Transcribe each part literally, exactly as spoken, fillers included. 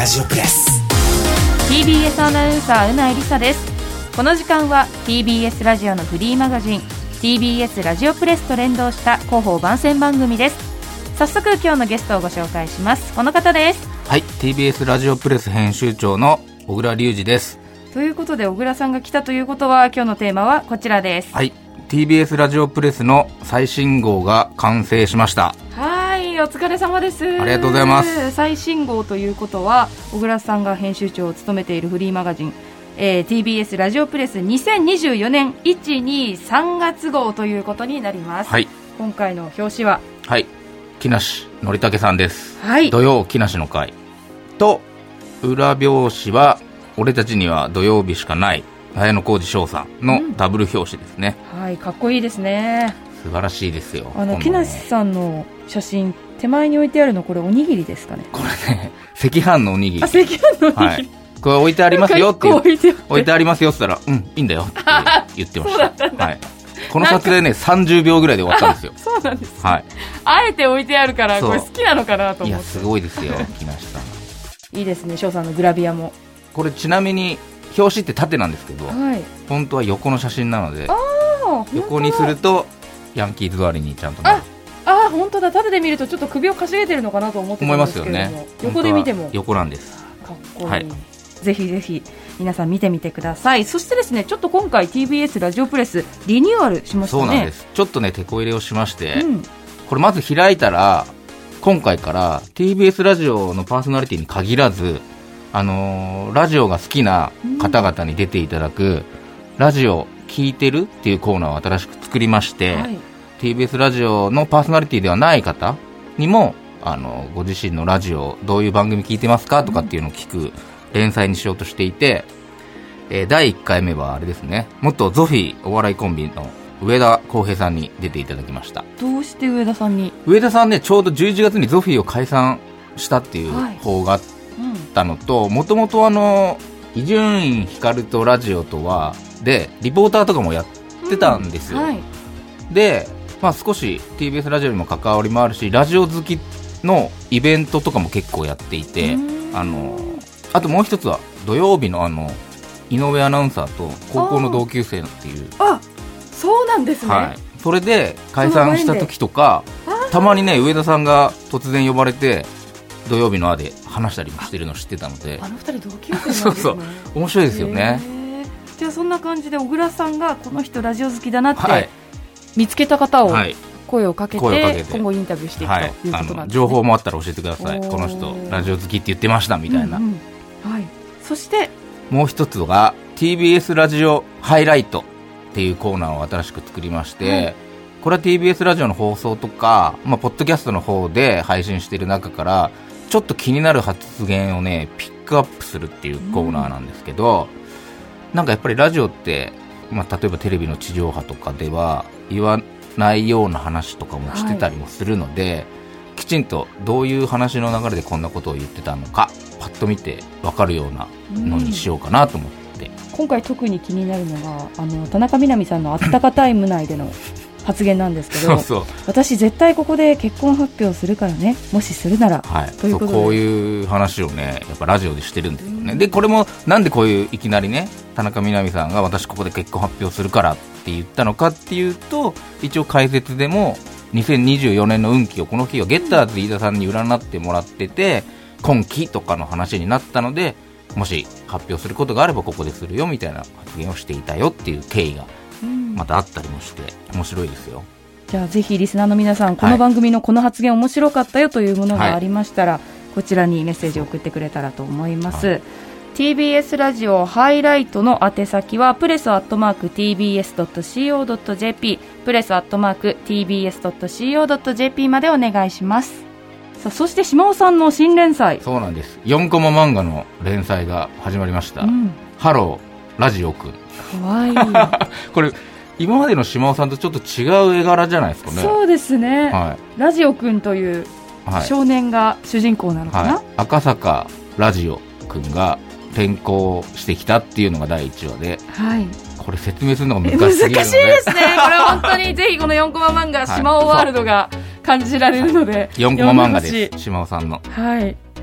ジオプレスティービーエス アナウンサーうないりさです。この時間は ティービーエス ラジオのフリーマガジン ティービーエス ラジオプレスと連動した広報番宣番組です。早速今日のゲストをご紹介します。この方です。 はい、 ティービーエス ラジオプレス編集長の小倉隆二です。 ということで小倉さんが来たということは今日のテーマはこちらです。 はい、 ティービーエス ラジオプレスの最新号が完成しました。 はい、お疲れ様です。 ありがとうございます。 最新号ということは小倉さんが編集長を務めているフリーマガジン、えー、ティービーエス ラジオプレスにせんにじゅうよねんいち、に、さんがつ号ということになります。 はい、 今回の表紙ははい、木梨憲武さんです。 はい、 土曜木梨の会と、裏表紙は俺たちには土曜日しかない綾小路翔さんのダブル表紙ですね、 うん、はい、かっこいいですね。 素晴らしいですよ。 あの木梨さんの写真手前に置いてあるのこれおにぎりですかね。 これね、赤飯のおにぎり。 あ、赤飯のおにぎり、はい、 これ置いてありますよって置いて置いてありますよって言ったら、うん、いいんだよって言ってましたはい、この撮影ねさんじゅうびょうぐらいで終わったんですよそうなんです、ね、 はい、 あえて置いてあるからこれ好きなのかなと思って。 いやすごいですよ木梨さんいいですね。翔さんのグラビアもこれちなみに表紙って縦なんですけど、はい、本当は横の写真なので、横にするとヤンキーズ代わりにちゃんとなる。 ああ、本当だ。縦で見るとちょっと首をかしげてるのかなと思ってたんですけれども、思いますよね。横で見ても横なんです。 かっこいい、はい、ぜひぜひ皆さん見てみてください。そしてですね、ちょっと今回 ティービーエス ラジオプレスリニューアルしましたね。 そうなんです。ちょっとね、手こ入れをしまして、うん、これまず開いたら今回から ティービーエス ラジオのパーソナリティに限らず、あのー、ラジオが好きな方々に出ていただく、うん、ラジオ聞いてるっていうコーナーを新しく作りまして、はい、ティービーエス ラジオのパーソナリティではない方にも、あのご自身のラジオどういう番組聞いてますかとかっていうのを聞く連載にしようとしていて、えー、だいいっかいめはあれですね、元ゾフィーお笑いコンビの上田浩平さんに出ていただきました。 どうして上田さんに？ 上田さんね、ちょうどじゅういちがつにゾフィーを解散したっていう方があったのと、もともとあの伊集院光とラジオとはでリポーターとかもやってたんですよ、うん、はい、で、まあ、少し ティービーエス ラジオにも関わりもあるし、ラジオ好きのイベントとかも結構やっていて、あのあともう一つは土曜日のあの井上アナウンサーと高校の同級生っていう、 あ、そうなんですね、 はい、それで解散した時とかたまにね、上田さんが突然呼ばれて土曜日のあで話したりもしてるの知ってたので、 あの二人同級生なんですね。 そうそう、面白いですよね。 じゃあそんな感じで小倉さんがこの人ラジオ好きだなって見つけた方を声をかけて、はい、けて今後インタビューしていくということなんですね、はい、 情報もあったら教えてください。この人ラジオ好きって言ってましたみたいな、うんうん、 はい、そしてもう一つが ティービーエス ラジオハイライトっていうコーナーを新しく作りまして、はい、これは ティービーエス ラジオの放送とか、まあ、ポッドキャストの方で配信している中からちょっと気になる発言をねピックアップするっていうコーナーなんですけど、うん、なんかやっぱりラジオって、まあ、例えばテレビの地上波とかでは言わないような話とかもしてたりもするので、はい、きちんとどういう話の流れでこんなことを言ってたのかパッと見て分かるようなのにしようかなと思って、うん、 今回特に気になるのがあの田中みな実さんのあったかタイム内での発言なんですけどそうそう、私絶対ここで結婚発表するからね、もしするなら、はい、ということでそうこういう話をねやっぱラジオでしてるんですよね、うん、でこれもなんでこういういきなりね田中みな実さんが私ここで結婚発表するからって言ったのかっていうと、一応解説でもにせんにじゅうよねんの運気をこの日はゲッターズ飯田さんに占ってもらってて今期とかの話になったので、もし発表することがあればここでするよみたいな発言をしていたよっていう経緯がまたあったりもして面白いですよ。 じゃあぜひリスナーの皆さん、この番組のこの発言面白かったよというものがありましたら、はい、こちらにメッセージを送ってくれたらと思います、はい、ティービーエス ラジオハイライトの宛先はプレスアットマーク ティービーエスドットシーオードットジェーピー プレスアットマーク ティービーエスドットシーオードットジェーピー までお願いします。さあ、そして島尾さんの新連載、 そうなんです、よんコマ漫画の連載が始まりました、うん、ハローラジオくん。 かわいいこれ今までの島尾さんとちょっと違う絵柄じゃないですかね。 そうですね、はい、ラジオくんという少年が主人公なのかな、 はい、赤坂ラジオくんが転校してきたっていうのがだいいちわで、はい、これ説明するのが難しすぎるので難しいですね。これ本当にぜひこのよんコマ漫画、はい、島尾ワールドが感じられるのでよんコマ漫画です、島尾さんの。 はい、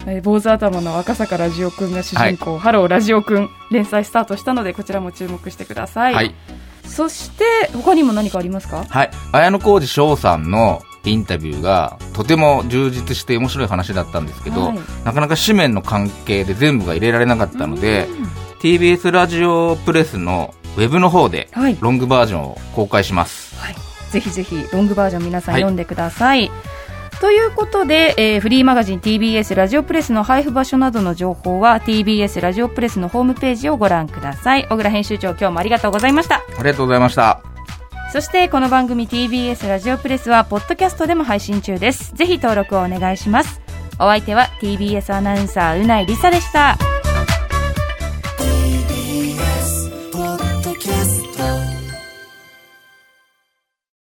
えー、坊主頭の赤坂ラジオくんが主人公、はい、ハローラジオくん連載スタートしたのでこちらも注目してください、はい、そして他にも何かありますか？ はい、綾小路翔さんのインタビューがとても充実して面白い話だったんですけど、はい、なかなか紙面の関係で全部が入れられなかったので ティービーエス ラジオプレスのウェブの方でロングバージョンを公開します、 はいはい、ぜひぜひロングバージョン皆さん読んでください、はい、ということで、えー、フリーマガジン ティービーエス ラジオプレスの配布場所などの情報は ティービーエス ラジオプレスのホームページをご覧ください。小倉編集長、今日もありがとうございました。 ありがとうございました。 そしてこの番組 ティービーエス ラジオプレスはポッドキャストでも配信中です。ぜひ登録をお願いします。お相手は ティービーエス アナウンサーうないりさでした。